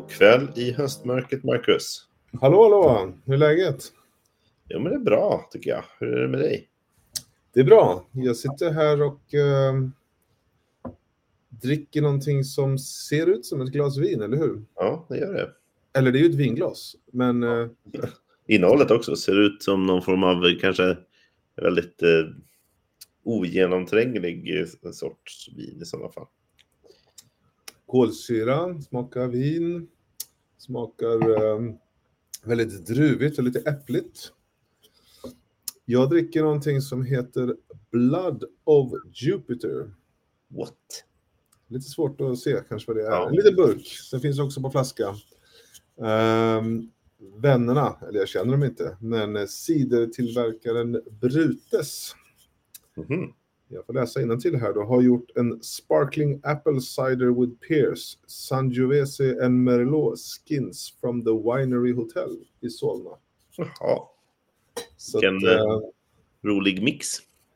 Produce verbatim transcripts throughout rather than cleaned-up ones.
God kväll i höstmörkret, Marcus. Hallå, hallå. Hur är läget? Ja, men det är bra tycker jag. Hur är det med dig? Det är bra. Jag sitter här och eh, dricker någonting som ser ut som ett glas vin, eller hur? Ja, det gör det. Eller det är ju ett vinglas, men... Eh, Innehållet också ser ut som någon form av kanske väldigt eh, ogenomtränglig sorts vin i sådana fall. kolsyra, smakar vin, smakar eh, väldigt druvigt och lite äppligt. Jag dricker någonting som heter Blood of Jupiter. What? Lite svårt att se kanske vad det är. Ja. En liten burk. Sen finns det också på flaska. Um, vännerna, eller jag känner dem inte, men cidertillverkaren Brutes. Mm-hmm. Jag får läsa innantill här då. Har gjort en Sparkling Apple Cider with Pears, Sangiovese and Merlot skins from the Winery Hotel i Solna. Jaha. Så Vilken att, eh, uh, rolig mix.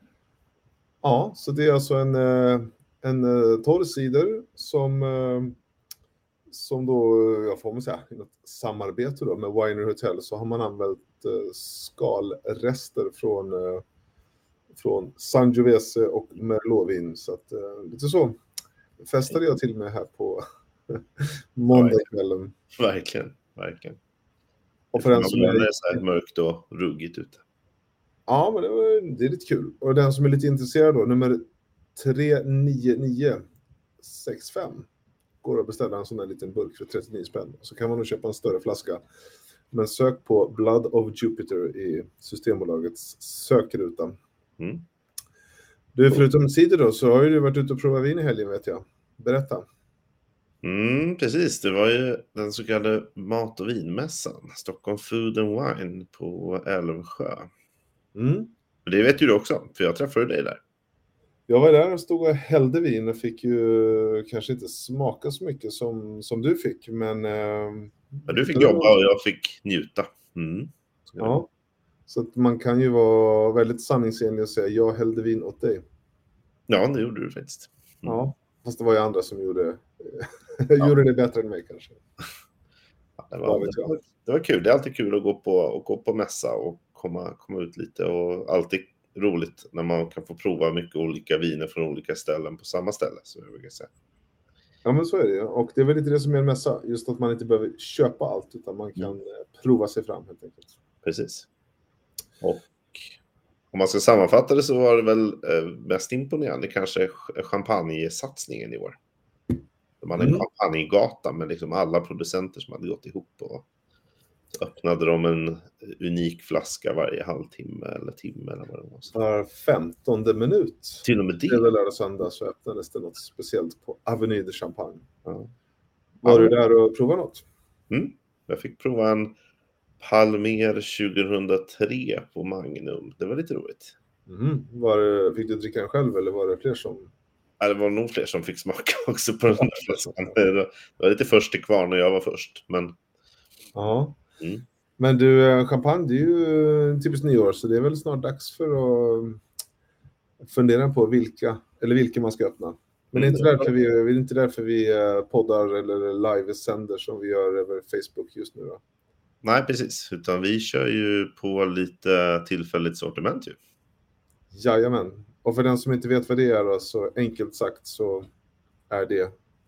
Ja, så det är alltså en, en torr cider som, som då, jag får man säga, i något samarbete då med Winery Hotel så har man använt skalrester från, från Sangiovese och Merlotvin. Så att, lite så festade jag till mig här på måndagskvällen. Verkligen, verkligen. Och för den som är så här mörkt och ruggigt ute. Ja, men det, var, det är lite kul. Och den som är lite intresserad då, nummer tre nio nio sex fem går att beställa en sån där liten burk för trettionio spänn. Så kan man nog köpa en större flaska. Men sök på Blood of Jupiter i Systembolagets sökruta. Mm. Du, förutom cider då, så har ju du varit ute och provat vin i helgen, vet jag. Berätta. Mm, precis, det var ju den så kallade mat- och vinmässan. Stockholm Food and Wine på Älvsjö. Mm. Det vet ju du också, för jag träffade dig där. Jag var där och stod och hällde vin och fick ju kanske inte smaka så mycket som, som du fick, men... Eh, ja, du fick jobba och jag fick njuta. Mm. Så ja, så att man kan ju vara väldigt sanningsenlig och säga jag hällde vin åt dig. Ja, det gjorde du faktiskt. Mm. Ja, fast det var ju andra som gjorde, ja. gjorde det bättre än mig kanske. Ja, det, var, det, var, det var kul, det är alltid kul att gå på, och gå på mässa och komma, komma ut lite och alltid roligt när man kan få prova mycket olika viner från olika ställen på samma ställe, så jag vill säga. Ja, men så är det, och det är väl lite det som är en mässa, just att man inte behöver köpa allt utan man kan mm. prova sig fram helt enkelt. Precis. Och om man ska sammanfatta det så var det väl eh, mest imponerande kanske champagnesatsningen i år. Man hade en mm. champagnegata med liksom alla producenter som hade gått ihop och så öppnade de en unik flaska varje halvtimme eller timme eller vad det var. Var femtonde minut. Till och med det. Det var lördag och söndag så öppnades det något speciellt på Avenue de Champagne. Ja. Var ja. du där och provade något? Mm. Jag fick prova en Palmer tjugohundratre på Magnum. Det var lite roligt. Mm. Var det, fick du dricka den själv eller var det fler som... Ja, det var nog fler som fick smaka också på den där flaskan. Det var lite först till kvarn och jag var först. Men... Ja. Mm. Men du, champagne det är ju typiskt nyår så det är väl snart dags för att fundera på vilka eller vilka man ska öppna. Men det är inte därför vi, det är inte därför vi poddar eller live-sänder som vi gör över Facebook just nu då. Nej, precis. Utan vi kör ju på lite tillfälligt sortiment ju. Jajamän. Och för den som inte vet vad det är då, så enkelt sagt så är det...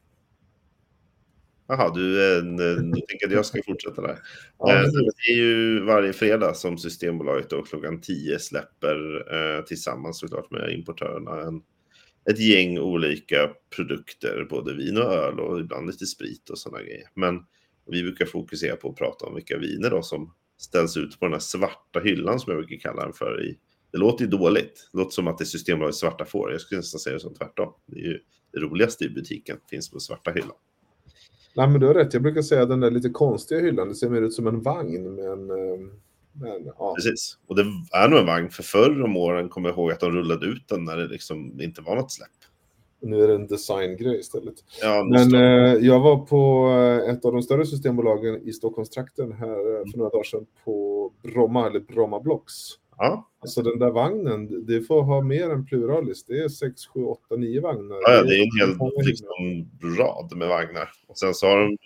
Jaha, du, du tänker att jag ska fortsätta där. Ja, det är ju varje fredag som Systembolaget då klockan tio släpper eh, tillsammans såklart med importörerna en, ett gäng olika produkter, både vin och öl och ibland lite sprit och sådana grejer. Men vi brukar fokusera på att prata om vilka viner då som ställs ut på den här svarta hyllan som jag brukar kalla den för. I, det låter ju dåligt, det låter som att det är Systembolagets svarta får. Jag skulle nästan säga det som tvärtom. Det är ju det roligaste i butiken, finns på svarta hyllan. Nej, men du har rätt. Jag brukar säga att den där lite konstiga hyllan, det ser mer ut som en vagn. Men, men, ja. Precis. Och det är nog en vagn. För förr om åren kommer jag ihåg att de rullade ut den när det liksom inte var något släpp. Nu är det en designgrej istället. Ja, men eh, jag var på ett av de större systembolagen i Stockholmstrakten här för några dagar sedan på Bromma eller Bromma Blocks. Ja. Alltså den där vagnen, det får ha mer än pluralis. Det är sex, sju, åtta, nio vagnar. Ja, det är en hel liksom, rad med vagnar. Och sen så har de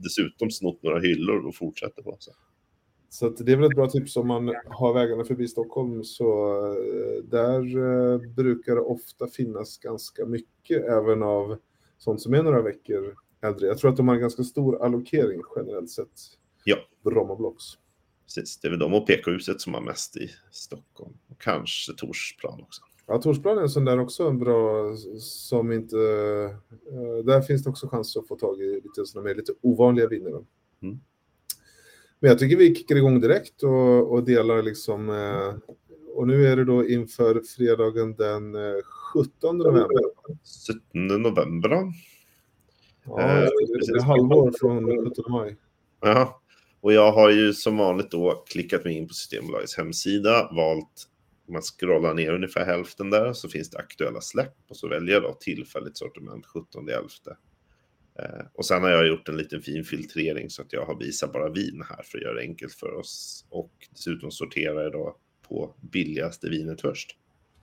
dessutom snott några hyllor och fortsätter på. Så, så att det är väl ett bra tips om man har vägarna förbi Stockholm. Så där brukar det ofta finnas ganska mycket även av sånt som är några veckor äldre. Jag tror att de har en ganska stor allokering generellt sett. Ja. Bromma Blocks. Precis, det är väl de och P K-huset som har mest i Stockholm. Och kanske Torsplan också. Ja, Torsplan är en sån där också en bra som inte... Uh, där finns det också chans att få tag i lite såna mer lite ovanliga viner. Mm. Men jag tycker vi kickar igång direkt och, och delar liksom... Uh, och nu är det då inför fredagen den uh, sjuttonde november. sjuttonde november då? Ja, det är uh, halvår från sjuttonde maj. Ja, och jag har ju som vanligt då klickat mig in på Systembolagets hemsida, valt... Man scrollar ner ungefär hälften där så finns det aktuella släpp och så väljer jag då tillfälligt sortiment sjuttonde elfte. Eh, och sen har jag gjort en liten fin filtrering så att jag har visat bara vin här för att göra det enkelt för oss. Och dessutom sorterar jag då på billigaste vinet först.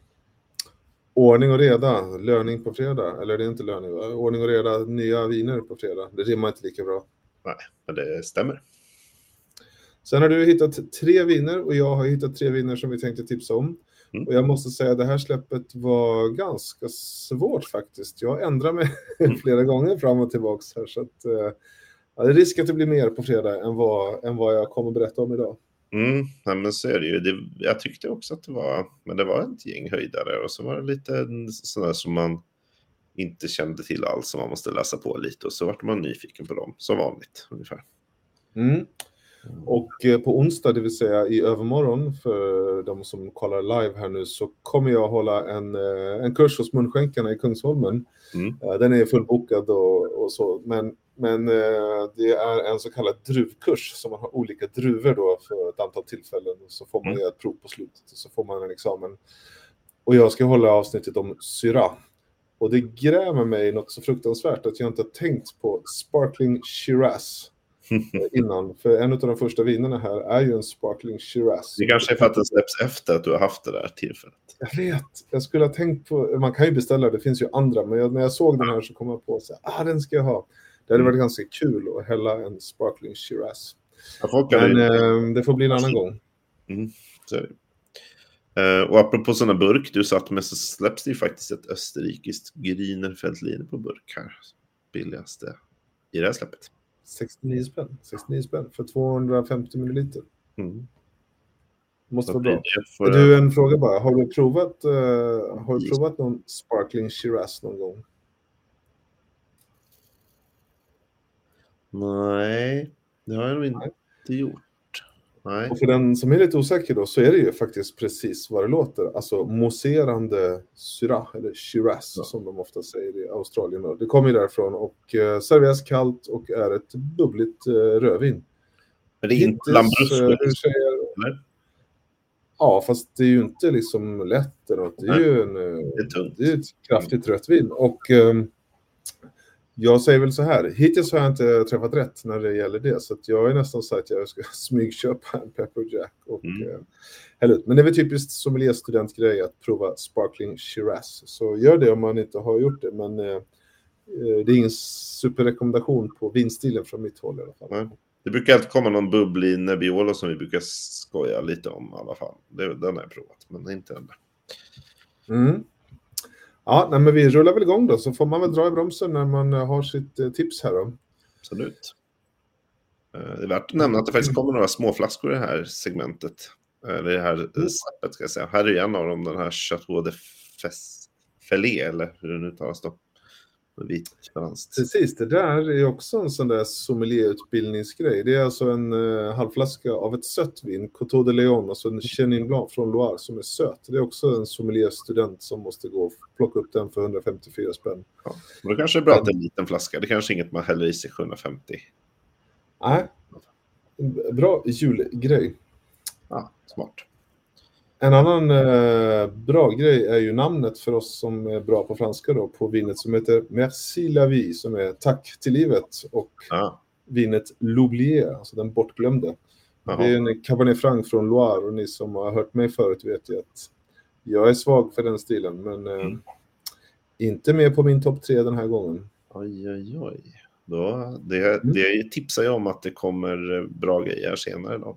Ordning och reda, löning på fredag. Eller det är inte löning, va? Ordning och reda, nya viner på fredag. Det rimmar inte lika bra. Nej, men det stämmer. Sen har du hittat tre viner och jag har hittat tre viner som vi tänkte tipsa om. Mm. Och jag måste säga att det här släppet var ganska svårt faktiskt. Jag ändrar mig mm. flera gånger fram och tillbaka här. Så att, ja, det är risk att det blir mer på fredag än vad, än vad jag kommer berätta om idag. Mm, ja, men så är det ju. Det, jag tyckte också att det var, men det var ett gäng höjdare och så var det lite sådär som man inte kände till alls som man måste läsa på lite och så var man nyfiken på dem, som vanligt ungefär. Mm. Och på onsdag, det vill säga i övermorgon för de som kollar live här nu, så kommer jag hålla en, en kurs hos Munskänkarna i Kungsholmen. Mm. Den är fullbokad och, och så, men, men det är en så kallad druvkurs som man har olika druvor då för ett antal tillfällen och så får man mm. göra ett prov på slutet och så får man en examen. Och jag ska hålla avsnittet om Syrah. Och det grämer mig något så fruktansvärt att jag inte har tänkt på Sparkling Shiraz innan. För en av de första vinerna här är ju en Sparkling Shiraz. Det kanske är för att den släpps efter att du har haft det där tillfället. Jag vet. Jag skulle ha tänkt på... Man kan ju beställa, det finns ju andra. Men jag, när jag såg den här så kom jag på att ah, den ska jag ha. Det hade varit ganska kul att hälla en Sparkling Shiraz. Men ju... eh, det får bli en annan gång. Mm, så är det. Uh, och apropå sådana burk du satt med så släpps det ju faktiskt ett österrikiskt Grüner Veltliner på burk här. Billigaste i det här släppet. sextionio spänn. sextionio spänn för tvåhundrafemtio milliliter. Mm. Måste vara bra. För... Du, en fråga bara. Har du provat, uh, har du provat någon Sparkling Shiraz någon gång? Nej, det har jag nog inte Nej. gjort. Nej. Och för den som är lite osäker då så är det ju faktiskt precis vad det låter. Alltså mousserande Syrah eller Shiraz ja. som de ofta säger i Australien. Då. Det kommer ju därifrån och uh, serveras kallt och är ett bubbligt uh, rövin. Men det är inte Lambrusco? Uh, ja, fast det är ju inte liksom lätt eller något. Det är Nej. ju en, uh, det är tungt. Det är ett kraftigt rött vin. Och um, jag säger väl så här, hittills har jag inte träffat rätt när det gäller det. Så att jag är nästan så att jag ska smygköpa en Pepper Jack och mm. eh, hälla ut. Men det är väl typiskt sommelier-studentgrej att prova Sparkling Shiraz. Så gör det om man inte har gjort det. Men eh, det är ingen superrekommendation på vinstilen från mitt håll i alla fall. Nej. Det brukar alltid komma någon bubblig Nebbiolo som vi brukar skoja lite om i alla fall. Det, den har jag provat, men inte den där. Mm. Ja, nej, men vi rullar väl igång då, så får man väl dra i bromsen när man har sitt eh, tips här då. Absolut. Eh, det är värt att nämna att det faktiskt kommer några små flaskor i det här segmentet. Eller det här släppet ska jag säga. Här är en av dem, den här Chateau de Fellé, eller hur det nu talas då. Vit franskt. Precis, det där är också en sån där sommelierutbildningsgrej. Det är alltså en uh, halvflaska av ett sött vin, Coteau de Leon, alltså en Chenin Blanc från Loire som är söt. Det är också en sommelierstudent som måste gå och plocka upp den för hundrafemtiofyra spänn. Ja, men det kanske är bra att det är en liten flaska. Det är kanske inget man häller i sig sjuhundrafemtio. Nej, bra julgrej. Ja, smart. En annan eh, bra grej är ju namnet för oss som är bra på franska då, på vinet som heter Merci la vie, som är tack till livet, och ah. vinet L'Oublié, alltså den bortglömde. Aha. Det är en Cabernet Franc från Loire, och ni som har hört mig förut vet ju att jag är svag för den stilen, men eh, mm. inte med på min topp tre den här gången. Oj, oj, oj. Då, det, Mm. det tipsar jag om att det kommer bra grejer senare idag.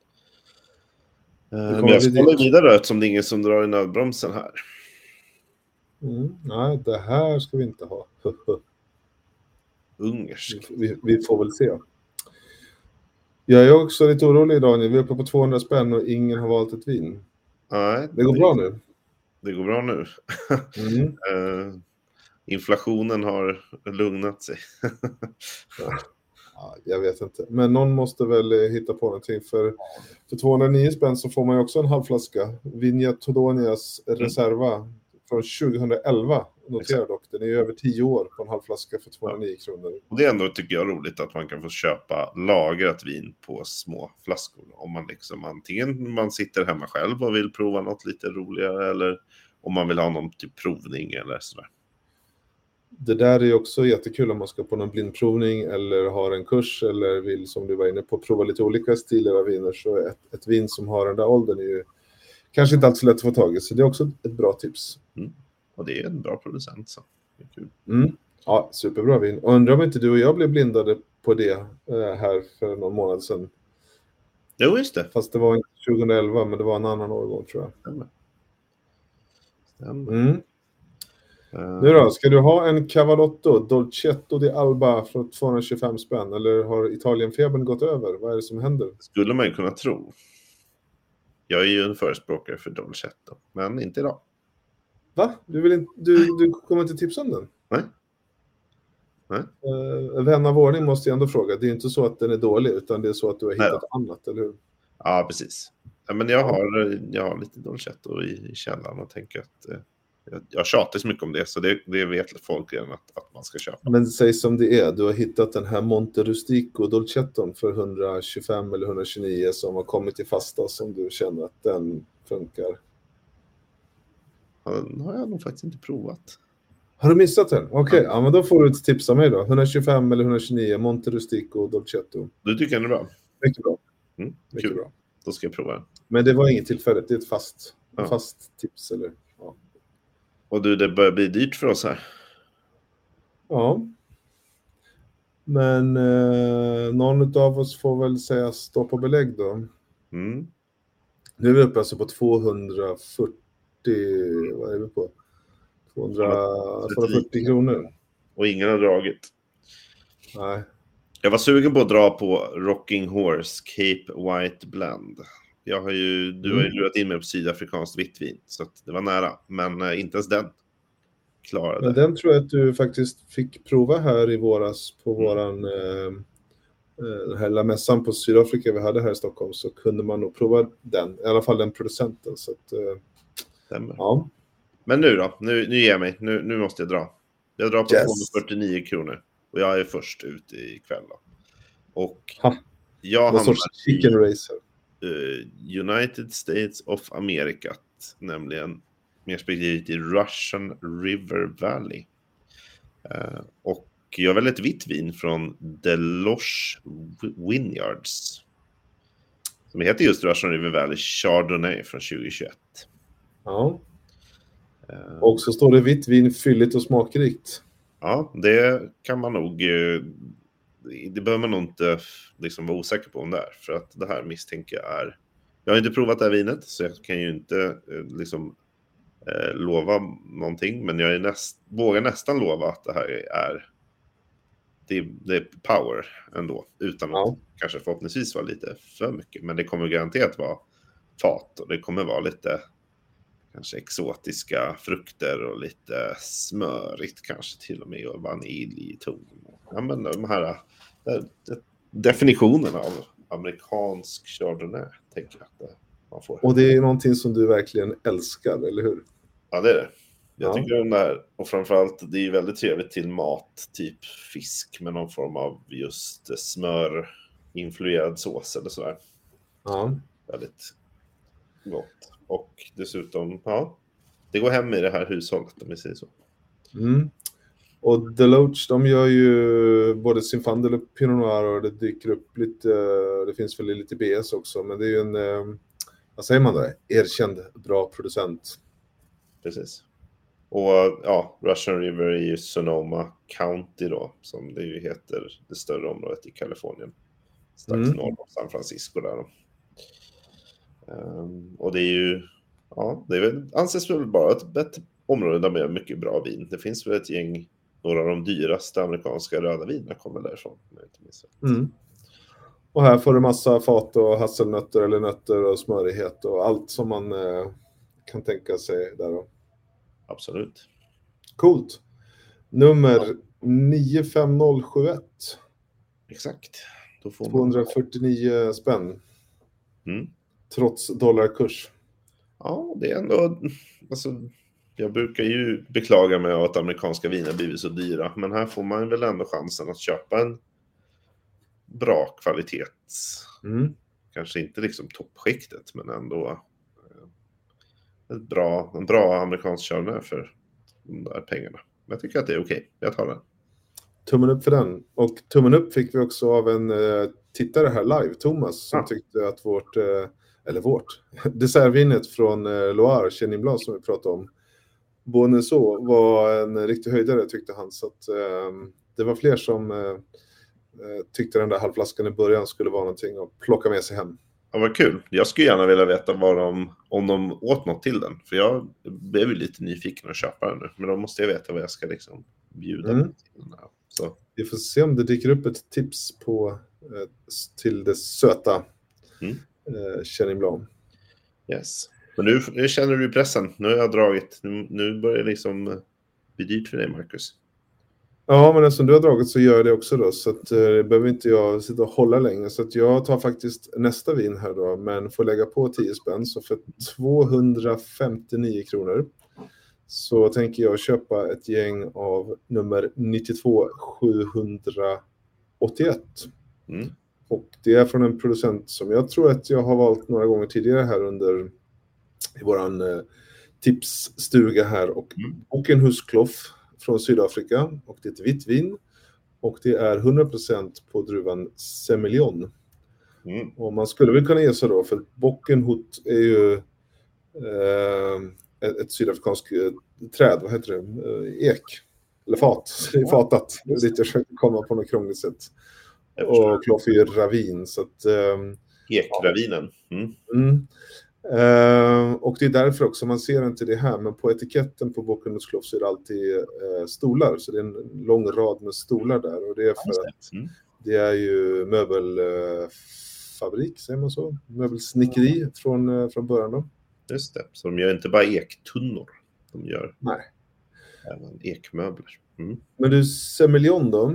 Det Men kommer jag bli ska hålla dyrt. vidare eftersom det är ingen som drar i nödbromsen här. Mm. Nej, det här ska vi inte ha. Ungersk. Vi, vi får väl se. Jag är också lite orolig, Daniel. Vi är uppe på tvåhundra spänn och ingen har valt ett vin. Nej, Det går det, bra nu. Det går bra nu. Mm. uh, inflationen har lugnat sig. Ja, jag vet inte. Men någon måste väl hitta på någonting. För, för tvåhundranio spänn så får man ju också en halv flaska. Vinja Todonias Reserva mm. från tjugohundraelva. Notera dock, den är ju över tio år på en halv flaska för tvåhundranio ja. kronor. Och det är ändå, tycker jag, roligt att man kan få köpa lagrat vin på små flaskor. Om man liksom antingen man sitter hemma själv och vill prova något lite roligare, eller om man vill ha någon typ provning eller sådär. Det där är ju också jättekul om man ska på någon blindprovning eller har en kurs eller vill, som du var inne på, prova lite olika stilar av viner. Så ett, ett vin som har den där åldern är ju kanske inte alltid så lätt att få tag i. Så det är också ett bra tips. Mm. Och det är en bra producent, så det är kul. Mm. Ja, superbra vin. Och undrar om inte du och jag blev blindade på det eh, här för någon månad sedan. Jo, just det. Fast det var inte tjugohundraelva, men det var en annan årgång, tror jag. Stämmer. Stämmer. Mm. Uh, nu då, ska du ha en Cavallotto Dolcetto di Alba för tvåhundratjugofem spänn? Eller har Italienfebern gått över? Vad är det som händer? Skulle man ju kunna tro. Jag är ju en förespråkare för Dolcetto, men inte idag. Va? Du, vill inte, du, du kommer inte tipsa om den? Nej. Nej. Uh, vän av ordning måste jag ändå fråga. Det är inte så att den är dålig, utan det är så att du har hittat Nej. annat, eller hur? Ja, precis. Ja, men jag har, jag har lite Dolcetto i, i källaren och tänker att eh, jag, jag tjatar så mycket om det, så det, det vet folk redan att, att man ska köpa. Men säg som det är, du har hittat den här Monte Rustico Dolcetton för etthundratjugofem eller etthundratjugonio som har kommit i fasta, som du känner att den funkar. Ja, den har jag nog faktiskt inte provat. Har du missat den? Okej, okay. Ja, men då får du ett tips av mig då. etthundratjugofem eller etthundratjugonio, Monte Rustico Dolcetto. Du tycker den är bra? Mycket bra. Mm, Mycket kul. bra. Då ska jag prova den. Men det var inget tillfälligt, det är ett fast, ja. fast tips, eller? Ja. Och du, det börjar bli dyrt för oss här. Ja. Men eh, någon av oss får väl säga stå på belägg då. Mm. Nu är vi uppe alltså på tvåhundrafyrtio, vad är vi på? tvåhundrafyrtio kronor. Och ingen har dragit. Nej. Jag var sugen på att dra på Rocking Horse Cape White Blend. Jag har ju, du har ju lurat in mig på sydafrikanskt vitt vin, så att det var nära. Men äh, inte ens den klarade. Men den tror jag att du faktiskt fick prova här i våras på mm. våran eh, den här lilla mässan på Sydafrika vi hade här i Stockholm, så kunde man nog prova den. I alla fall den producenten. Så att, eh, ja. Men nu då? Nu, nu ger jag mig. Nu, nu måste jag dra. Jag drar på yes. tvåhundrafyrtionio kronor. Och jag är först ut ikväll då. Och ha. jag hamnar chicken racer. Uh, United States of America, nämligen mer specifikt i Russian River Valley. Uh, och jag väljer ett vitt vin från Deloche Vineyards som heter just Russian River Valley Chardonnay från tjugohundratjugoett. Ja. Uh, och så står det vitt vin, fylligt och smakrikt. Ja, det kan man nog, det behöver man nog inte liksom vara osäker på om det är. För att det här misstänker jag är, jag har inte provat det här vinet, så jag kan ju inte liksom eh, lova någonting. Men jag är näst, vågar nästan lova att det här är, det, det är power ändå. Utan att ja. kanske förhoppningsvis vara lite för mycket. Men det kommer garanterat vara fat, och det kommer vara lite kanske exotiska frukter och lite smörigt kanske till och med, och vanilj i ton. Ja, men de här definitionerna av amerikansk chardonnay tänker jag att man får. Och det är någonting som du verkligen älskar, eller hur? Ja, det är det. Jag ja. tycker om det här, och framförallt det är väldigt trevligt till mat, typ fisk med någon form av just smör-influerad sås eller sådär. Ja. Väldigt gott. Och dessutom, ja, det går hem i det här hushållet om vi säger så. Mm. Och Deloche, de gör ju både Zinfandel och Pinot Noir, och det dyker upp lite, det finns väl lite B S också, men det är ju en, vad säger man då, erkänd bra producent. Precis. Och ja, Russian River är ju Sonoma County då, som det ju heter, det större området i Kalifornien. Strax Mm. norr om San Francisco där då. Um, och det är ju, ja, det är väl, anses väl bara ett, ett område där med mycket bra vin. Det finns väl ett gäng, några av de dyraste amerikanska röda vinerna kommer därifrån. Om jag inte minns rätt. Mm. Och här får du massa fat och hasselnötter eller nötter och smörighet och allt som man eh, kan tänka sig där då. Absolut. Coolt. Nummer nio fem noll sju ett. Exakt. Då får man... tvåhundrafyrtionio spänn. Mm. Trots dollarkurs. Ja, det är ändå... Alltså, jag brukar ju beklaga mig av att amerikanska viner blivit så dyra. Men här får man väl ändå chansen att köpa en bra kvalitets... Mm. Kanske inte liksom toppskiktet, men ändå ett bra, en bra amerikansk Chardonnay för de där pengarna. Men jag tycker att det är okej. Jag tar den. Tummen upp för den. Och tummen upp fick vi också av en eh, tittare här live, Thomas, som Ja. tyckte att vårt, eh, eller vårt, dessertvinet från eh, Loire, Chenin Blanc som vi pratade om, Bonneau, var en riktig höjdare tyckte han. Så att, eh, det var fler som eh, tyckte den där halvflaskan i början skulle vara någonting att plocka med sig hem. Ja, vad kul. Jag skulle gärna vilja veta vad de, om de åt något till den. För jag blev ju lite nyfiken att köpa den nu. Men då måste jag veta vad jag ska liksom bjuda Mm. på till den här. Så. Vi får se om det dyker upp ett tips på eh, till det söta Mm. eh, Chenin Blanc. Yes. Men nu, nu känner du pressen. Nu har jag dragit. Nu, nu börjar det liksom bli dyrt för dig, Marcus. Ja, men eftersom du har dragit så gör jag det också då. Så att, eh, behöver inte jag sitta och hålla länge. Så att jag tar faktiskt nästa vin här då. Men får lägga på tio spänn. Så för tvåhundrafemtionio kronor så tänker jag köpa ett gäng av nummer nittiotvå sjuhundraåttioett. Mm. Och det är från en producent som jag tror att jag har valt några gånger tidigare här under i våran eh, tipsstuga här. Och Mm. Bockenhuskloff från Sydafrika. Och det är ett vitt vin. Och det är hundra procent på druvan Semillon. Mm. Och man skulle väl kunna ge sig då, för Bockenhut är ju eh, ett, ett sydafrikanskt eh, träd, vad heter det? Eh, ek. Eller fat. Det är fatat. Det är dit jag försöker komma på något krångligt sätt. Och Kloff är ju ravin. Så att, eh, Ekravinen. Mm. Mm. Uh, och det är därför också, man ser inte det här, men på etiketten på Bockenhuskloff så är det alltid uh, stolar, så det är en lång rad med stolar där, och det är för att mm. det är ju möbelfabrik, uh, säger man så, möbelsnickeri från, uh, från början då. Just det, så de gör inte bara ektunnor, de gör Nej. även ekmöbler. Mm. Men du, Semillon då?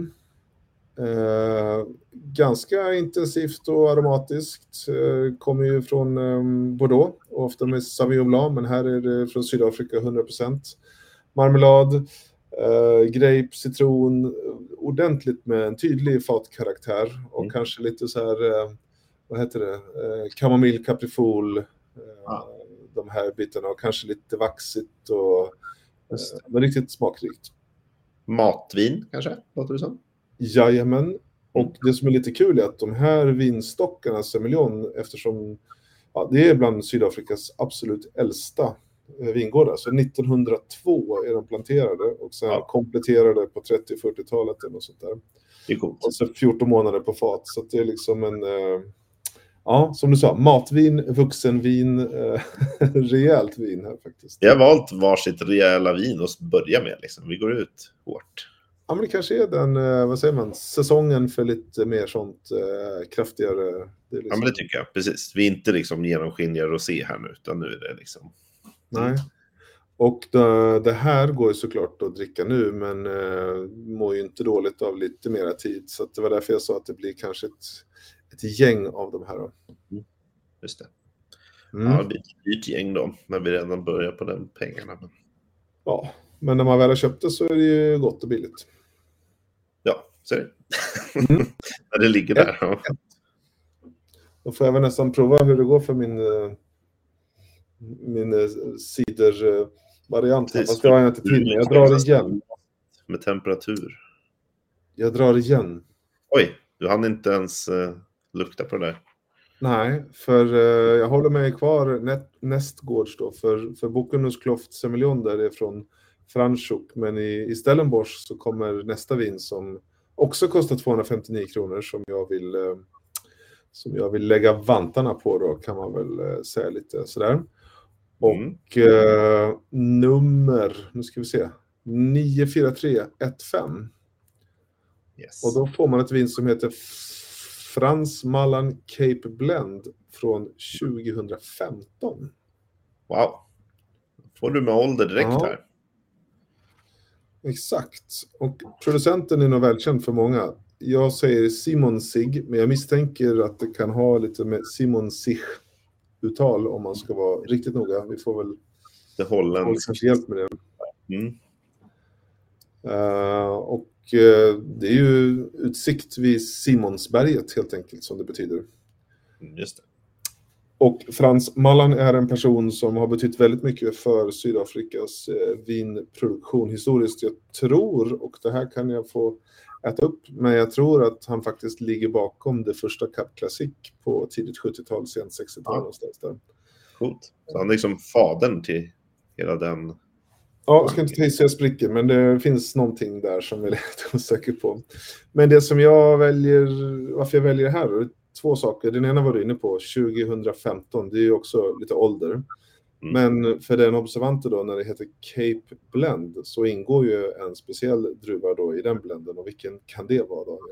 Eh, ganska intensivt och aromatiskt, eh, kommer ju från eh, Bordeaux och ofta med Sauvignon Blanc, men här är det från Sydafrika hundra procent marmelad, eh, grape, citron, ordentligt med en tydlig fatkaraktär och mm. kanske lite så här eh, vad heter det, eh, kamomill, kaprifol, eh, ah. de här bitarna, och kanske lite vaxigt och eh, men riktigt smakrikt. Matvin kanske, låter det som? Jajamän, och det som är lite kul är att de här vinstockarna, Semillon, eftersom ja, det är bland Sydafrikas absolut äldsta vingårdar, så nittonhundratvå är de planterade och sen ja. kompletterade på trettio- och fyrtiotalet eller något sånt där. Det är coolt. Och så fjorton månader på fat, så det är liksom en, ja, som du sa, matvin, vuxenvin, äh, rejält vin här faktiskt. Jag har valt varsitt rejäla vin att börja med, liksom. Vi går ut hårt. Ja, men det kanske är den, vad säger man, säsongen för lite mer sånt eh, kraftigare. Det är liksom... Ja, men det tycker jag, precis. Vi är inte liksom genomskinliga rosé här nu, utan nu är det liksom... Nej, och det, det här går ju såklart att dricka nu, men eh, mår ju inte dåligt av lite mera tid. Så att det var därför jag sa att det blir kanske ett, ett gäng av de här då. Mm. Just det. Mm. Ja, det blir ett dyrt gäng då, när vi redan börjar på den pengarna. Men... Ja, men när man väl har köpt det så är det ju gott och billigt. Ja, så är det. Mm. När det ligger där. Ja. Då får jag väl nästan prova hur det går för min, min cider-variant. Fast jag har inte tid med. Jag drar igen. Med temperatur. Jag drar igen. Oj, du hann inte ens uh, lukta på det där. Nej, för uh, jag håller mig kvar nä- nästgårds då. För, för Bockenhuskloff Semillon där är från Franschhoek. Men i, i Stellenbosch så kommer nästa vin som också kostar tvåhundrafemtionio kronor som jag vill, eh, som jag vill lägga vantarna på då, kan man väl eh, säga lite sådär. Och Mm. eh, nummer, nu ska vi se, nio fyra tre ett fem. Yes. Och då får man ett vin som heter Frans Mallan Cape Blend från tjugohundrafemton. Wow. Får du med ålder direkt Ja. här. Exakt. Och producenten är nog välkänd för många. Jag säger Simon Sig, men jag misstänker att det kan ha lite med Simon Sig uttal om man ska vara riktigt noga. Vi får väl Det håller få kanske hjälp med det. Mm. Uh, och uh, det är ju utsikt vid Simonsberget helt enkelt som det betyder. Just det. Och Frans Mallan är en person som har betytt väldigt mycket för Sydafrikas eh, vinproduktion historiskt. Jag tror, och det här kan jag få äta upp, men jag tror att han faktiskt ligger bakom det första Cup Classic på tidigt sjuttiotal, sent sextiotal Ja. någonstans där. Coolt. Så han är liksom fadern till hela den. Ja, jag ska inte ta i så jag spricker, men det finns någonting där som jag är lite osäker på. Men det som jag väljer, varför jag väljer det här, är två saker. Den ena var du inne på, tjugohundrafemton, det är ju också lite ålder. Mm. Men för den observanten då, när det heter Cape Blend, så ingår ju en speciell druva då i den blenden. Och vilken kan det vara då?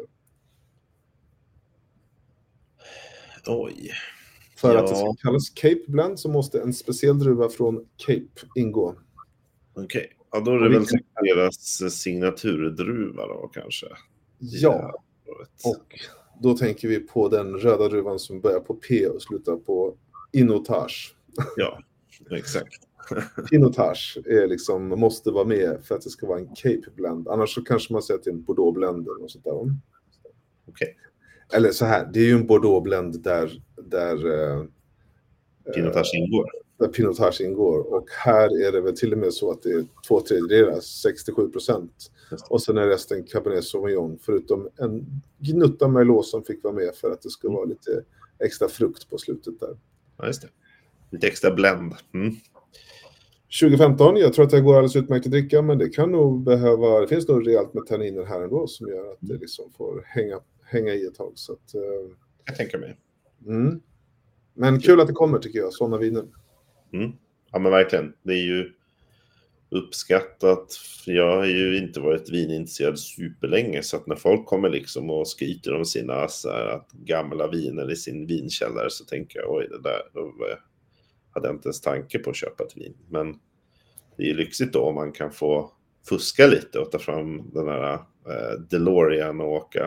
Oj. För ja. att det ska kallas Cape Blend så måste en speciell druva från Cape ingå. Okej, okay. Ja, då är det väl deras signaturdruva då kanske. Ja, och då tänker vi på den röda druvan som börjar på P och slutar på Pinotage. Ja, exakt. Pinotage är liksom, måste vara med för att det ska vara en Cape Blend. Annars så kanske man säger att det är en Bordeaux Blend eller något sånt där. Okej. Okay. Eller så här, det är ju en Bordeaux Blend där, där eh, Pinotage ingår. Där Pinotage ingår. Och här är det väl till och med så att det är två tredjedelar, sextiosju procent. Och sen är resten Cabernet Sauvignon. Förutom en gnutta Merlot som fick vara med för att det ska vara lite extra frukt på slutet där. Ja, just det. Lite extra blend. Mm. tjugohundrafemton, jag tror att det går alldeles utmärkt att dricka, men det kan nog behöva, det finns nog rejält med tanniner här ändå som gör att det liksom får hänga, hänga i ett tag. Så att, uh... jag tänker mig. Mm. Men kul att det kommer tycker jag, sådana viner. Mm. Ja men verkligen, det är ju uppskattat. Jag har ju inte varit vinintresserad superlänge, så att när folk kommer liksom och skryter om sina så här, att gamla viner i sin vinkällare, så tänker jag oj, det där, då hade jag inte ens tanke på att köpa ett vin. Men det är ju lyxigt då om man kan få fuska lite och ta fram den här eh, DeLorean och åka,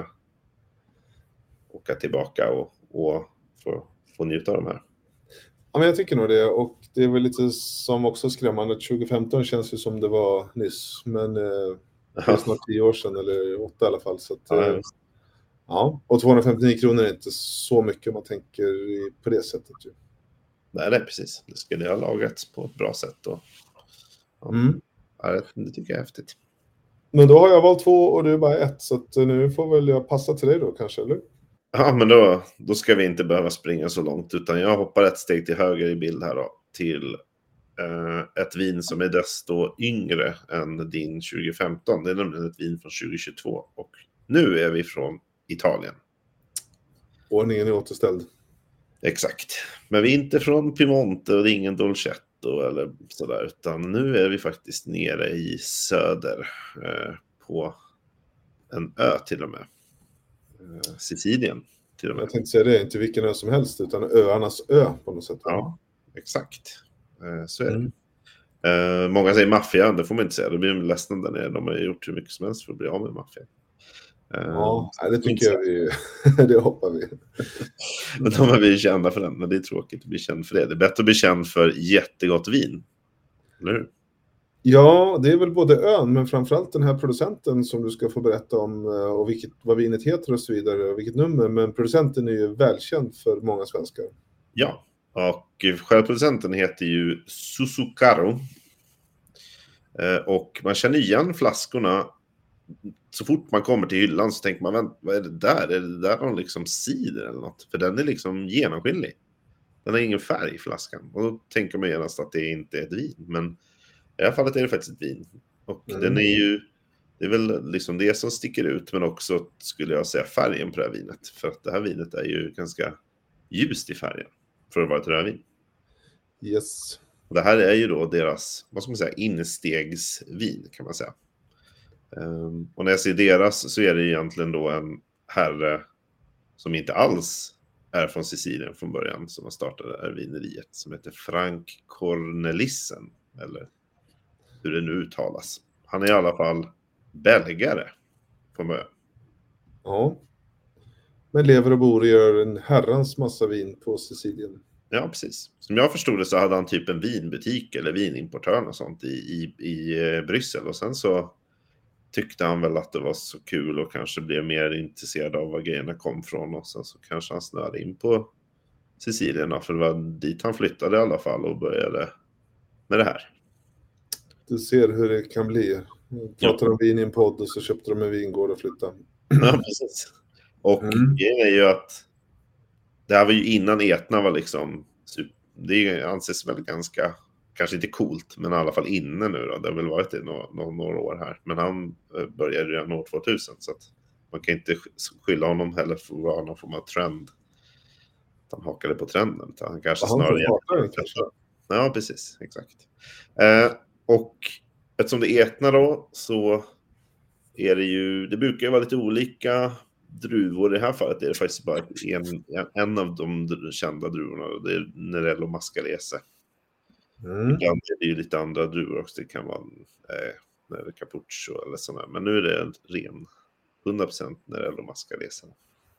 åka tillbaka och, och få, få njuta av de här. Ja, men jag tycker nog det, och det är väl lite som också skrämmande. tjugohundrafemton känns ju som det var nyss, men eh, det är snart tio år sedan, eller åtta i alla fall. Så att, ja, eh, ja, och tvåhundrafemtionio kronor är inte så mycket om man tänker på det sättet. Ju. Nej, det är precis. Det skulle jag ha lagats på ett bra sätt. Och, ja, mm. ja, det tycker jag är häftigt. Men då har jag valt två och du är bara ett, så att nu får väl jag passa till dig då kanske, eller? Ja, men då, då ska vi inte behöva springa så långt, utan jag hoppar ett steg till höger i bild här då, till eh, ett vin som är desto yngre än din tjugohundrafemton. Det är nämligen ett vin från tjugohundratjugotvå och nu är vi från Italien. Ordningen är återställd. Exakt. Men vi är inte från Piemonte och det är ingen Dolcetto eller sådär, utan nu är vi faktiskt nere i söder eh, på en ö till och med. Sicilien till och med. Jag tänkte säga det, inte vilken ö som helst utan öarnas ö på något sätt. Ja, exakt. Så är det. Mm. Många säger maffia, det får man inte säga. Det blir ledsna där nere. De har gjort hur mycket som helst för att bli av med maffia. Ja, det tycker jag vi, det hoppar vi. Men de är vi kända för den, men det är tråkigt att bli känd för det. Det är bättre att bli känd för jättegott vin. Eller hur? Ja, det är väl både ön, men framförallt den här producenten som du ska få berätta om och vilket, vad vinet heter och så vidare och vilket nummer. Men producenten är ju välkänd för många svenskar. Ja, och själva producenten heter ju Susukaro. Och man känner igen flaskorna. Så fort man kommer till hyllan så tänker man, vad är det där? Är det där någon liksom cider eller något? För den är liksom genomskinlig. Den har ingen färg i flaskan. Och då tänker man genast att det inte är ett vin, men i det här fallet är det faktiskt ett vin. Och Mm. den är ju, det är väl liksom det som sticker ut, men också skulle jag säga färgen på det här vinet. För att det här vinet är ju ganska ljust i färgen för att vara ett rödvin. Yes. Och det här är ju då deras, vad ska man säga, instegsvin kan man säga. Um, och när jag ser deras så är det egentligen då en herre som inte alls är från Sicilien från början, som har startat det här vineriet, som heter Frank Cornelissen, eller hur det nu uttalas. Han är i alla fall belgare från början. Ja. Men lever och bor och gör en herrans massa vin på Sicilien. Ja, precis. Som jag förstod det så hade han typ en vinbutik eller vinimportör och sånt i, i, i Bryssel. Och sen så tyckte han väl att det var så kul och kanske blev mer intresserad av var grejerna kom från. Och sen så kanske han snöade in på Sicilien, för det var dit han flyttade i alla fall och började med det här. Du ser hur det kan bli. Pratar ja. om vin i en podd och så köpte de en vingård och flyttade. Ja, precis. Och Mm. grejen är ju att det här var ju innan Etna var liksom, det anses väl ganska, kanske inte coolt, men i alla fall inne nu då. Det har väl varit i några, några år här. Men han började redan år tvåtusen, så att man kan inte skylla honom heller för att vara någon form av trend. Han hakade på trenden. Han kanske han snarare... Hakade, kanske. Ja, precis. Exakt. Eh, och eftersom det är Etna då, så är det ju, det brukar ju vara lite olika druvor. I det här fallet är det faktiskt bara en, en av de kända druvorna. Det är Nerello Mascalese. Mm. Ibland är det ju lite andra druvor också. Det kan vara eh, Cappuccio eller sådär. Men nu är det en ren hundra procent Nerello Mascalese.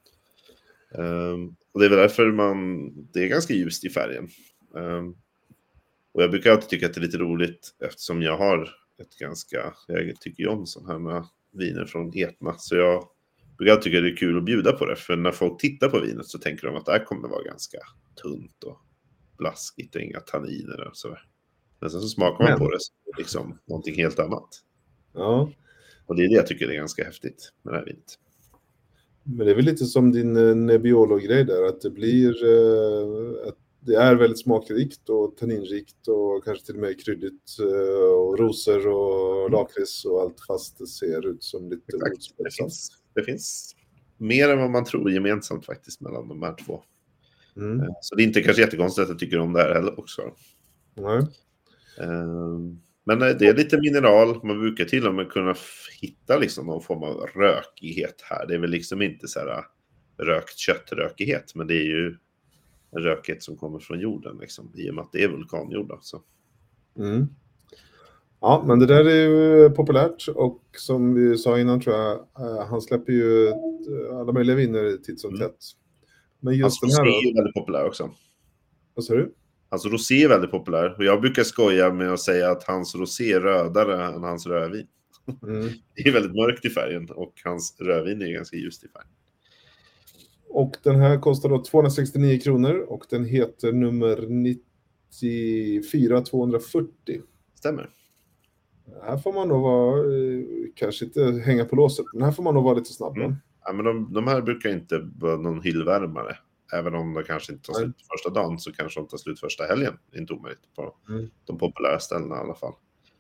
Um, och det är väl därför man, det är ganska ljust i färgen. Um, och jag brukar alltid tycka att det är lite roligt, eftersom jag har ett ganska, jag tycker ju om sådana här viner från Etna, så jag brukar alltid tycka att det är kul att bjuda på det, för när folk tittar på vinet så tänker de att det här kommer vara ganska tunt och blaskigt och inga tanniner och sådär. Men sen så smakar man Men. på det så är det liksom någonting helt annat. Ja. Och det är det jag tycker är ganska häftigt med det här vinet. Men det är väl lite som din Nebbiolo-grej där, att det blir eh, att det är väldigt smakrikt och tanninrikt och kanske till och med kryddigt eh, och rosor och mm. lakrits och allt, fast det ser ut som lite det finns, det finns mer än vad man tror gemensamt faktiskt mellan de här två. Mm. Eh, så det är inte kanske jättekonstigt att jag tycker om det här heller också. Nej. Eh, Men det är lite mineral. Man brukar till och med kunna hitta liksom någon form av rökighet här. Det är väl liksom inte så här rökt köttrökighet, men det är ju en rökighet som kommer från jorden liksom, i och med att det är vulkanjord. Så. Mm. Ja, men det där är ju populärt, och som vi sa innan tror jag, han släpper ju alla möjliga viner titt som tätt. Men just alltså, den här är ju väldigt populär också. Vad sa du? Alltså rosé är väldigt populär. Och jag brukar skoja med att säga att hans rosé är rödare än hans rödvin. Mm. Det är väldigt mörkt i färgen, och hans rödvin är ganska ljust i färgen. Och den här kostar då tvåhundrasextionio kronor, och den heter nummer nittiofyra tvåhundrafyrtio. Stämmer. Här får man nog vara, kanske inte hänga på låset, men här får man nog vara lite snabb. Mm. Ja, men de, de här brukar inte vara någon hyllvärmare. Även om de kanske inte tar slut första dagen, så kanske de tar slut första helgen. Det är inte omöjligt på mm. de populära ställena i alla fall.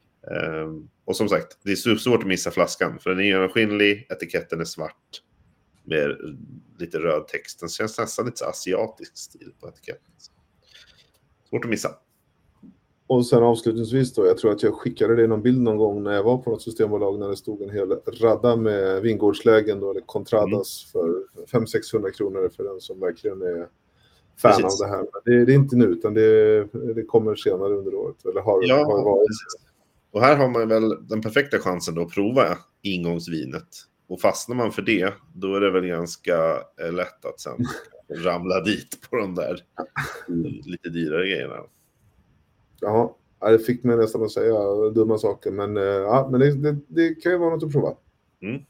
Ehm, och som sagt, det är svårt att missa flaskan. För den är genomskinlig, etiketten är svart med lite röd text. Den känns nästan lite så asiatisk stil på etiketten. Svårt att missa. Och sen avslutningsvis då, jag tror att jag skickade dig någon bild någon gång när jag var på något systembolag, när det stod en hel radda med vingårdslägen då, eller contradas mm. för fem till sexhundra kronor för den som verkligen är fan precis. Av det här. Det, det är inte nu, utan det, det kommer senare under året, eller har, ja, har varit. Precis. Och här har man väl den perfekta chansen då att prova ingångsvinet. Och fastnar man för det, då är det väl ganska lätt att sen ramla dit på de där lite dyrare grejerna. Ja, det fick mig nästan att säga dumma saker, men, ja, men det, det, det kan ju vara något att prova. Mm.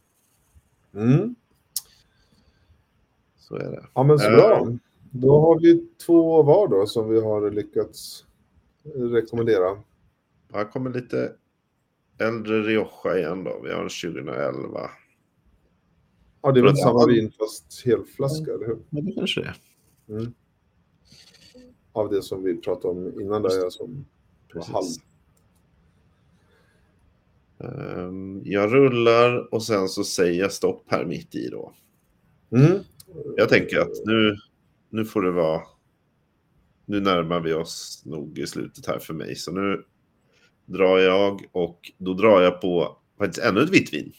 Mm. Så är det. Ja, men så bra. Då har vi två var då som vi har lyckats rekommendera. Här kommer lite äldre Rioja igen då. Vi har tjugoelva. Ja, det är väl samma vin fast helflaska, eller hur? Ja, det kanske det är. Mm. Av det som vi pratade om innan där, som var halv. Um, jag rullar och sen så säger jag stopp här mitt i då. Mm. Jag tänker att nu, nu får det vara... Nu närmar vi oss nog i slutet här för mig. Så nu drar jag och då drar jag på faktiskt ännu ett vitt vin.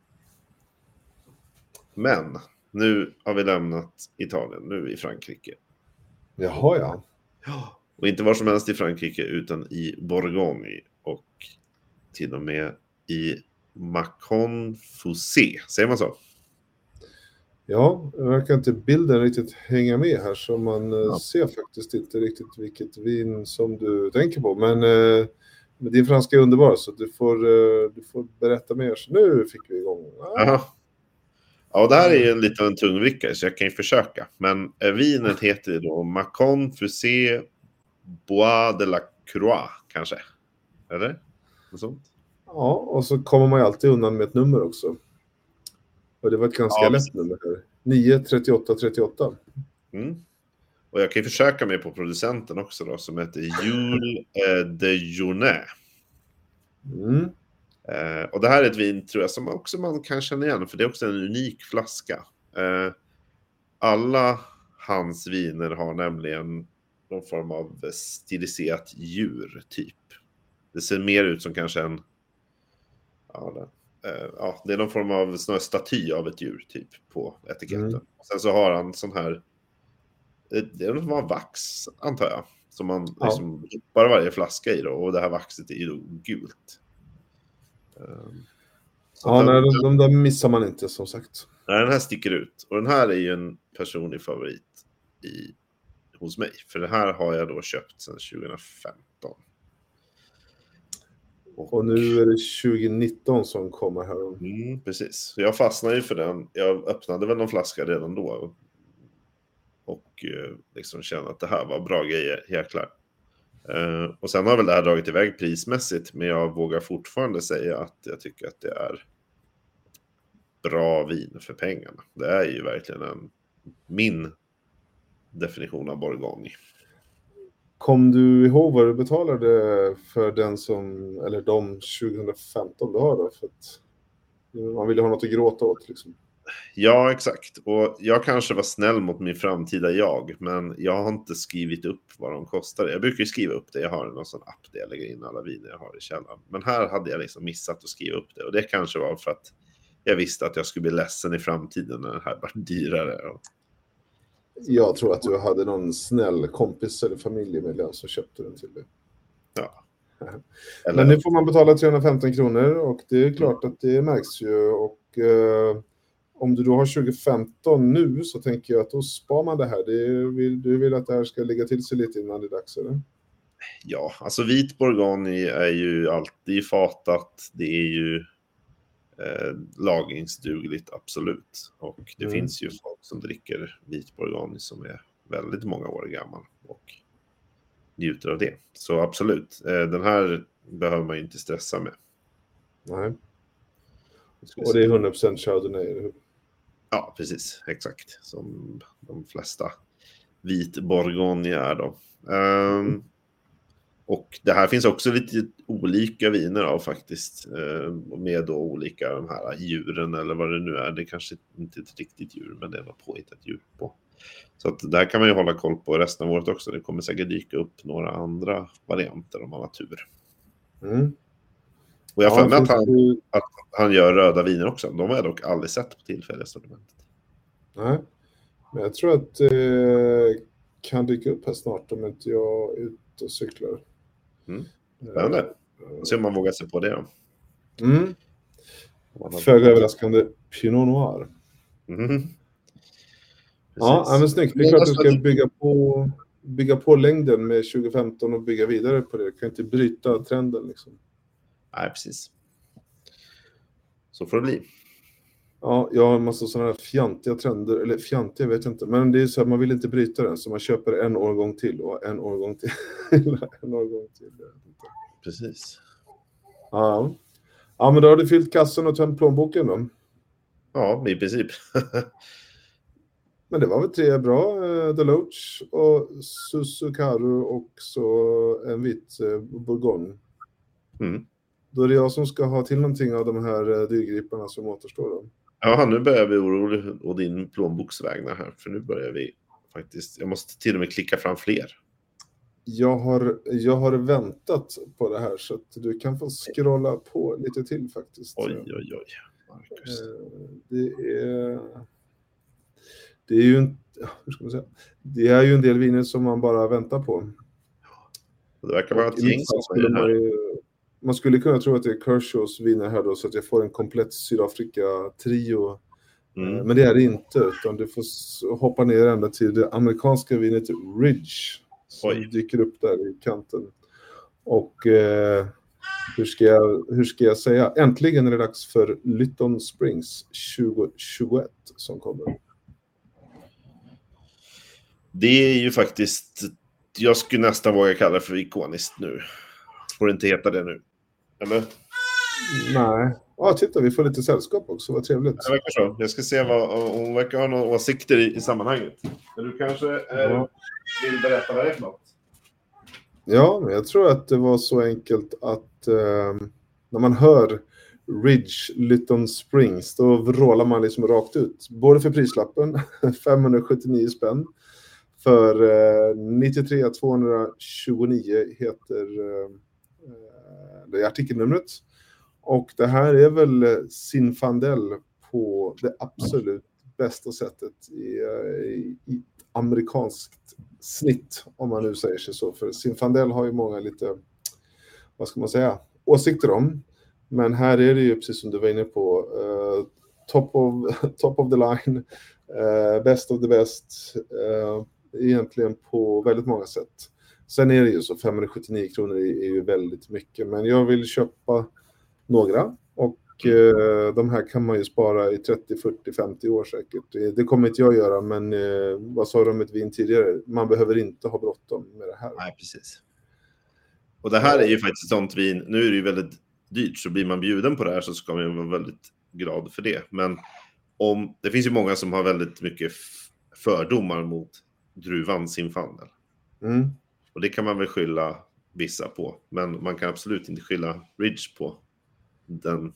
Men nu har vi lämnat Italien. Nu är vi i Frankrike. Jaha, ja. Ja. Och inte var som helst i Frankrike utan i Bourgogne. Och till och med i Macon Fossé. Säger man så? Ja, det verkar inte bilden riktigt hänga med här, så man Ja. ser faktiskt inte riktigt vilket vin som du tänker på. Men, eh, men din franska är underbar, så du får, eh, du får berätta mer. Så nu fick vi igång. Ah. Aha. Ja, det här är ju en liten tungvrickare så jag kan ju försöka. Men eh, vinet heter ju då Macon Fossé Bois de la Croix, kanske. Eller? Något sånt? Ja, och så kommer man ju alltid undan med ett nummer också. Och det var ett ganska Ja, lätt precis. nummer här. nio trettioåtta trettioåtta. Mm. Och jag kan ju försöka mig på producenten också då, som heter Jules eh, de Journée. Mm. Eh, och det här är ett vin tror jag som också man kan känna igen, för det är också en unik flaska. Eh, alla hans viner har nämligen någon form av stiliserat djur typ. Det ser mer ut som kanske en... Ja, det, eh, ja, det är någon form av sån här staty av ett djur typ på etiketten. Mm. Sen så har han sån här... Det är någon form av vax, antar jag. Som man Ja. liksom bara varje flaska i då. Och det här vaxet är ju gult. Um, så Ja, den, nej, de, de där missar man inte, som sagt. nej, den här sticker ut. Och den här är ju en personlig favorit i, hos mig. För det här har jag då köpt sedan tjugo femton. Och, Och nu är det tjugo nitton som kommer här. Mm, precis. Så jag fastnade ju för den. Jag öppnade väl någon flaska redan då. Och eh, liksom kände att det här var bra grejer, jäklar. Uh, och sen har väl det här dragit iväg prismässigt, men jag vågar fortfarande säga att jag tycker att det är bra vin för pengarna. Det är ju verkligen en, min definition av Bourgogne. Kom du ihåg vad du betalade för den som, eller de tjugo femton du har då? För att man vill ju ha något att gråta åt liksom. Ja, exakt. Och jag kanske var snäll mot min framtida jag, men jag har inte skrivit upp vad de kostar. Jag brukar ju skriva upp det. Jag har en sån app där jag lägger in alla viner jag har i källaren. Men här hade jag liksom missat att skriva upp det. Och det kanske var för att jag visste att jag skulle bli ledsen i framtiden när det här var dyrare. Jag tror att du hade någon snäll kompis eller familjemedlem som köpte den till dig. Ja. Eller... Men nu får man betala trehundrafemton kronor och det är klart att det märks ju. Och eh, om du då har tjugo femton nu så tänker jag att då spar man det här. Det vill, du vill att det här ska ligga till sig lite innan det är dags, eller? Ja, alltså vit Bourgogne är ju alltid fatat. Det är ju eh, lagringsdugligt, absolut. Och det mm. finns ju folk som dricker vit Bourgogne som är väldigt många år gammal och njuter av det. Så absolut, eh, den här behöver man inte stressa med. Nej. Och det är hundra procent Chardonnay, eller hur? Ja, precis. Exakt. Som de flesta vit Bourgogne är då. Um, mm. Och det här finns också lite olika viner av faktiskt. Uh, med då olika de här djuren eller vad det nu är. Det är kanske inte ett riktigt djur, men det är något påhittat djur på. Så att där kan man ju hålla koll på resten av året också. Det kommer säkert dyka upp några andra varianter om man har tur. Mm. Och jag har för mig att han, det... att han gör röda viner också. De har jag dock aldrig sett på tillfälliga sortimentet. Nej, men jag tror att det eh, kan dyka upp här snart om inte jag är ute och cyklar. Mm. Spännande. Se om man vågar sig på det då. Mm. Föga överraskande Pinot Noir. Mm. Ja, men snyggt. Det är klart att du ska bygga på, bygga på längden med tjugo femton och bygga vidare på det. Du kan inte bryta trenden liksom. Nej, precis. Så får det bli. Ja, jag har en massa sådana här fjantiga trender. Eller fjantiga vet jag inte. Men det är så att man vill inte bryta den. Så man köper en årgång till och en årgång till. en årgång till. Precis. Ja. Ja, men då har du fyllt kassan och tömt plånboken då? Ja, i princip. Men det var väl tre bra. Eh, Deloach och Suzukaru och så en vit eh, Bourgogne. Mm. Då är det jag som ska ha till någonting av de här dyrgriparna som återstår då. Ja, nu börjar vi orolig och din plånboksvägnar här. För nu börjar vi faktiskt... Jag måste till och med klicka fram fler. Jag har, jag har väntat på det här så att du kan få scrolla på lite till faktiskt. Oj, oj, oj. Marcus. Det är... Det är ju en, hur ska man säga? Det är ju en del viner som man bara väntar på. Det verkar vara ett gäng som säger det här. Man skulle kunna tro att det är Kershaws viner här då, så att jag får en komplett Sydafrika-trio. Mm. Men det är det inte, utan du får hoppa ner ända till det amerikanska vinet Ridge. Som Oj. dyker upp där i kanten. Och eh, hur, ska jag, hur ska jag säga? Äntligen är det dags för Lytton Springs tjugo tjugoett som kommer. Det är ju faktiskt, jag skulle nästan våga kalla det för ikoniskt nu. Får det inte heta det nu? Eller? Nej. Ja, titta, vi får lite sällskap också. Vad trevligt. Det verkar så. Jag ska se vad hon verkar ha några åsikter i, i sammanhanget. Men du kanske är, ja. vill berätta vad det är för något? Ja, men jag tror att det var så enkelt att eh, när man hör Ridge Lytton Springs, då vrålar man liksom rakt ut. Både för prislappen, femhundrasjuttionio spänn. För eh, nittiotre tvåhundratjugonio heter eh, det är artikelnumret. Och det här är väl Zinfandel på det absolut bästa sättet i, i, i amerikanskt snitt, om man nu säger sig så. För Zinfandel har ju många lite, vad ska man säga, åsikter om. Men här är det ju, precis som du var inne på, uh, top, of, top of the line, uh, best of the best, uh, egentligen på väldigt många sätt. Sen är det ju så, femhundrasjuttionio kronor är, är ju väldigt mycket. Men jag vill köpa några. Och eh, de här kan man ju spara i trettio, fyrtio, femtio år säkert. Det, det kommer inte jag göra, men eh, vad sa du om ett vin tidigare? Man behöver inte ha bråttom med det här. Nej, precis. Och det här är ju faktiskt sånt vin. Nu är det ju väldigt dyrt, så blir man bjuden på det här så ska man vara väldigt glad för det. Men om, det finns ju många som har väldigt mycket fördomar mot druvan Zinfandel. Mm. Och det kan man väl skylla vissa på. Men man kan absolut inte skylla Ridge på den.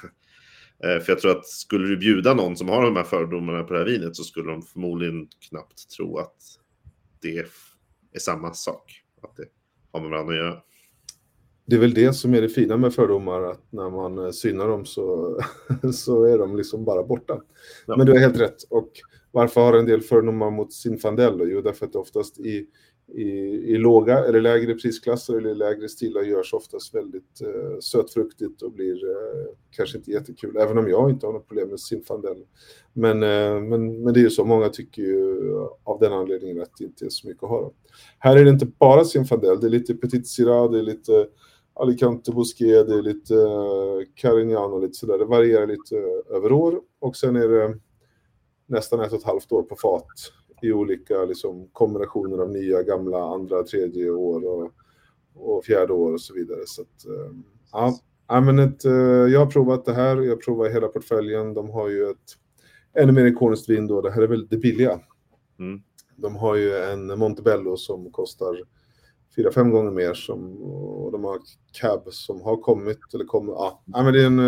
För jag tror att skulle du bjuda någon som har de här fördomarna på det här vinet, så skulle de förmodligen knappt tro att det är samma sak. Att det har med varandra att göra. Det är väl det som är det fina med fördomar, att när man synar dem så, så är de liksom bara borta. Ja. Men du har helt rätt. Och varför har en del fördomar mot Zinfandel? Jo, därför att oftast i I, i låga eller lägre prisklasser eller lägre stilar görs oftast väldigt eh, sötfruktigt och blir eh, kanske inte jättekul, även om jag inte har något problem med Zinfandel. Men, eh, men, men det är ju så, många tycker ju av den anledningen att det inte är så mycket att ha då. Här är det inte bara Zinfandel, det är lite Petit Syrah, det är lite Alicante Bosquet, det är lite eh, Carignan och lite sådär. Det varierar lite över år, och sen är det nästan ett och ett halvt år på fat i olika liksom, kombinationer av nya, gamla, andra, tredje år och, och fjärde år och så vidare. Så att, ja, ja, men ett, jag har provat det här, jag provar hela portföljen. De har ju ett ännu mer ikoniskt vin då, det här är väl det billiga. Mm. De har ju en Montebello som kostar fyra, fem gånger mer, som, och de har Cab som har kommit, eller kommer, ja, ja men det är en,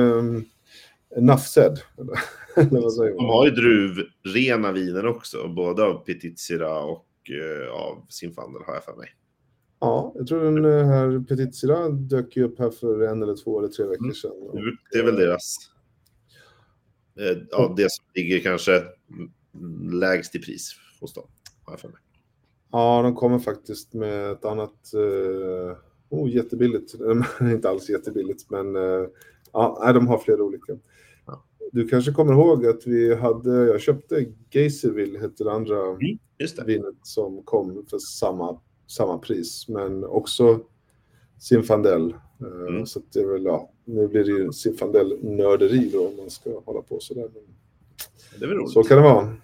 en Nafsed. De har ju druvrena viner också, både av Petit Syrah och uh, av Zinfandel har jag för mig. Ja, jag tror den här Petit Syrah dök ju upp här för en eller två eller tre veckor sedan. Mm. Det är väl deras, uh, ja, det som ligger kanske lägst i pris hos dem, har jag för mig. Ja, de kommer faktiskt med ett annat, uh, oh, jättebilligt, inte alls jättebilligt, men uh, ja, de har flera olika. Du kanske kommer ihåg att vi hade, jag köpte Geyserville, hette det andra mm, just det. vinet som kom för samma, samma pris, men också Zinfandel. Mm. Så det är väl, ja, nu blir det ju Zinfandel-nörderi då, om man ska hålla på sådär. Det är väl roligt. Så kan det vara.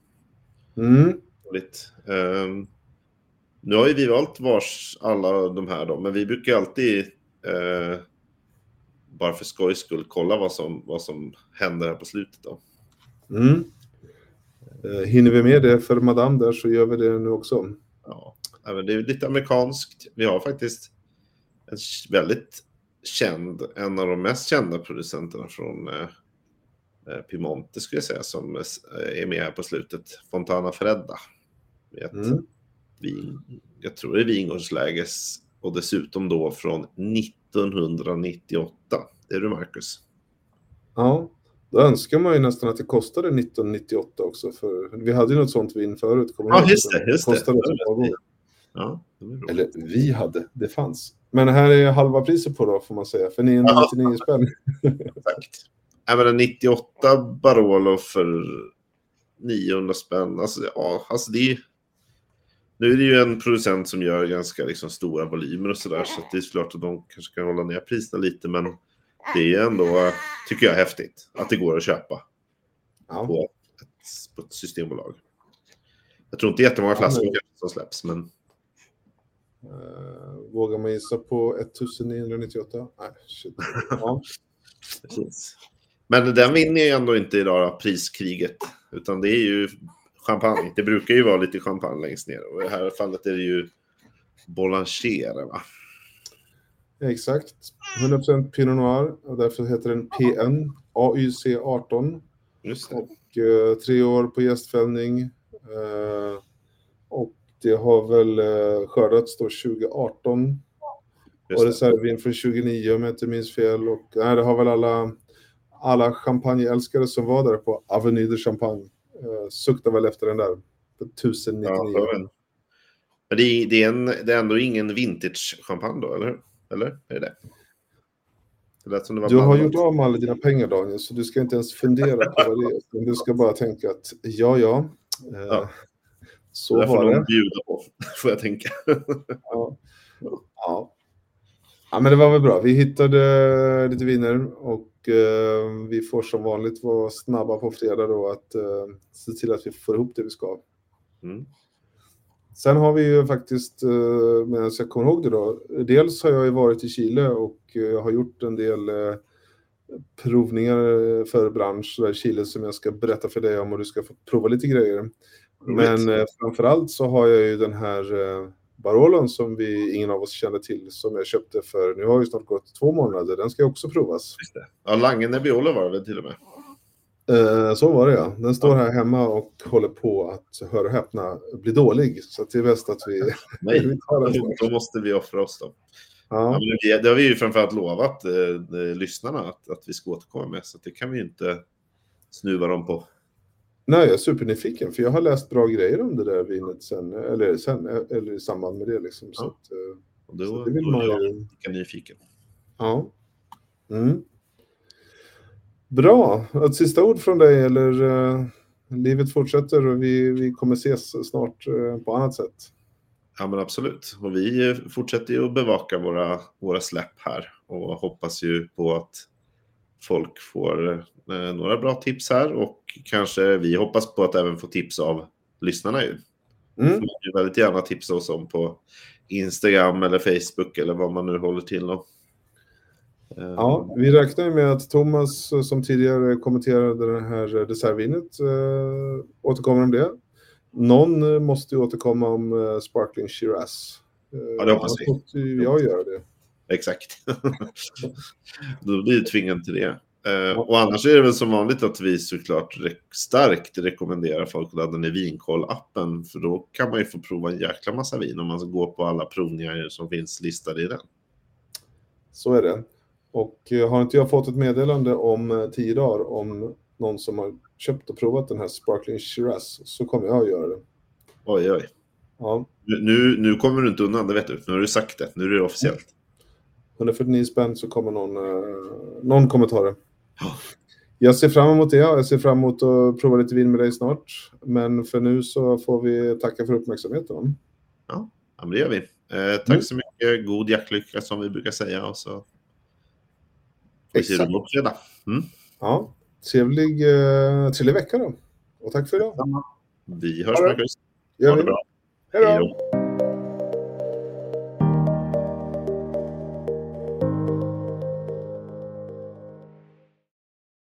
Mm. Roligt. Um, nu har ju vi valt vars alla de här då, men vi brukar alltid uh, bara för skojs skull kolla vad som, vad som händer här på slutet då. Mm. Uh, hinner vi med det för Madame där, så gör vi det nu också. Ja, men det är lite amerikanskt. Vi har faktiskt en väldigt känd, en av de mest kända producenterna från eh, Piemonte skulle jag säga, som är med här på slutet. Fontana Fredda. Vet, Mm. vin, jag tror det är vingårdsläges och dessutom då från nittonhundranittioåtta. Det är du, Marcus. Ja, då önskar man ju nästan att det kostade nittonhundranittioåtta också. För vi hade ju något sånt vin förut. Kommer Ja, just det. Just det. Kostade det. Ja, det Eller vi hade, det fanns. Men här är halva priset på då, får man säga. För niohundranittionio spänn. Exakt. Även nittioåtta Barolo för niohundra spänn. Alltså, ja, alltså det är, nu är det ju en producent som gör ganska liksom stora volymer och sådär. Så det är klart att de kanske kan hålla ner priserna lite. Men det är ändå, tycker jag, häftigt att det går att köpa Ja. på, ett, på ett systembolag. Jag tror inte jättemånga flaskor ja, som släpps, men... Uh, vågar man gissa på nittonhundranittioåtta? Nej, shit. Ja. Precis. Men den vinner ju ändå inte idag, priskriget. Utan det är ju champagne. Det brukar ju vara lite champagne längst ner. Och i det här fallet är det ju Bolanger, va? Exakt. hundra procent Pinot Noir. Och därför heter den P N. A Y C arton. Just det. Och uh, tre år på gästfällning. Uh, och det har väl uh, skördats då tjugo arton. Just och reservvin från tjugonio om jag inte minns fel. Och nej, det har väl alla, alla champagneälskare som var där på Avenue de Champagne. Uh, suktar väl efter den där. tusen nittionio. Ja, men det är, det, är en, det är ändå ingen vintage-champagne då, eller hur? Eller är det det? Det som det var du har blandat. gjort av med alla dina pengar, Daniel, så du ska inte ens fundera på vad det är. Men du ska bara tänka att ja, ja. Uh, ja. Så det var får det. de bjuda på, får jag tänka. ja. ja. Ja, men det var väl bra. Vi hittade lite viner och eh, vi får som vanligt vara snabba på fredag då att eh, se till att vi får ihop det vi ska. Mm. Sen har vi ju faktiskt, eh, medan jag kommer ihåg det då, dels har jag ju varit i Chile och jag har gjort en del eh, provningar för bransch där i Chile som jag ska berätta för dig om och du ska få prova lite grejer. Men eh, framförallt så har jag ju den här eh, Barolon som vi, ingen av oss kände till, som jag köpte för, nu har ju snart gått två månader, den ska också provas. Just det. Ja, Lange Nebbiolo var det väl till och med. Eh, så var det, ja. Den står här hemma och håller på att, höra och häpna, bli dålig. Så det är bäst att vi... Nej, vi tar den. Då måste vi offra oss då. Ja. Ja, men det, det har vi ju framförallt lovat eh, lyssnarna att, att vi ska återkomma med, så det kan vi ju inte snuva dem på. Nej, jag är supernyfiken, för jag har läst bra grejer om det där vinet sen, eller, sen, eller i samband med det liksom. Så, ja. att, eh, och då, så det vill då man är jag ju... lika nyfiken. Ja. Mm. Bra. Ett sista ord från dig, eller uh, livet fortsätter och vi, vi kommer ses snart uh, på annat sätt. Ja, men absolut. Och vi fortsätter ju att bevaka våra, våra släpp här och hoppas ju på att folk får eh, några bra tips här, och kanske vi hoppas på att även få tips av lyssnarna ju. Mm. Får man ju väldigt gärna tipsa oss om på Instagram eller Facebook eller vad man nu håller till då. Ja, vi räknar ju med att Thomas som tidigare kommenterade det här dessertvinet äh, återkommer om det. Någon måste ju återkomma om äh, Sparkling Shiraz. Äh, ja, det hoppas vi. Måste ju jag göra det. Exakt. Då blir det tvingande till det. Uh, och annars är det väl som vanligt att vi såklart re- starkt rekommenderar folk att ladda ner Vinkoll-appen, för då kan man ju få prova en jäkla massa vin om man går på alla provningar som finns listade i den. Så är det. Och uh, har inte jag fått ett meddelande om uh, tio dagar om någon som har köpt och provat den här Sparkling Shiraz, så kommer jag att göra det. Oj, oj. Ja. Nu, nu kommer du inte undan, det vet du. Nu har du sagt det. Nu är det officiellt. hundrafyrtionio spänn så kommer någon, uh, någon kommentar. Jag ser fram emot det. Jag ser fram emot att prova lite vin med dig snart. Men för nu så får vi tacka för uppmärksamheten. Ja, men det gör vi. Eh, tack mm. så mycket. God jaktlycka som vi brukar säga. Och så vi ser du på fredag. Mm. Ja, trevlig, uh, trevlig vecka då. Och tack för idag. Vi hörs, Marcus. Ha det bra. Hej då.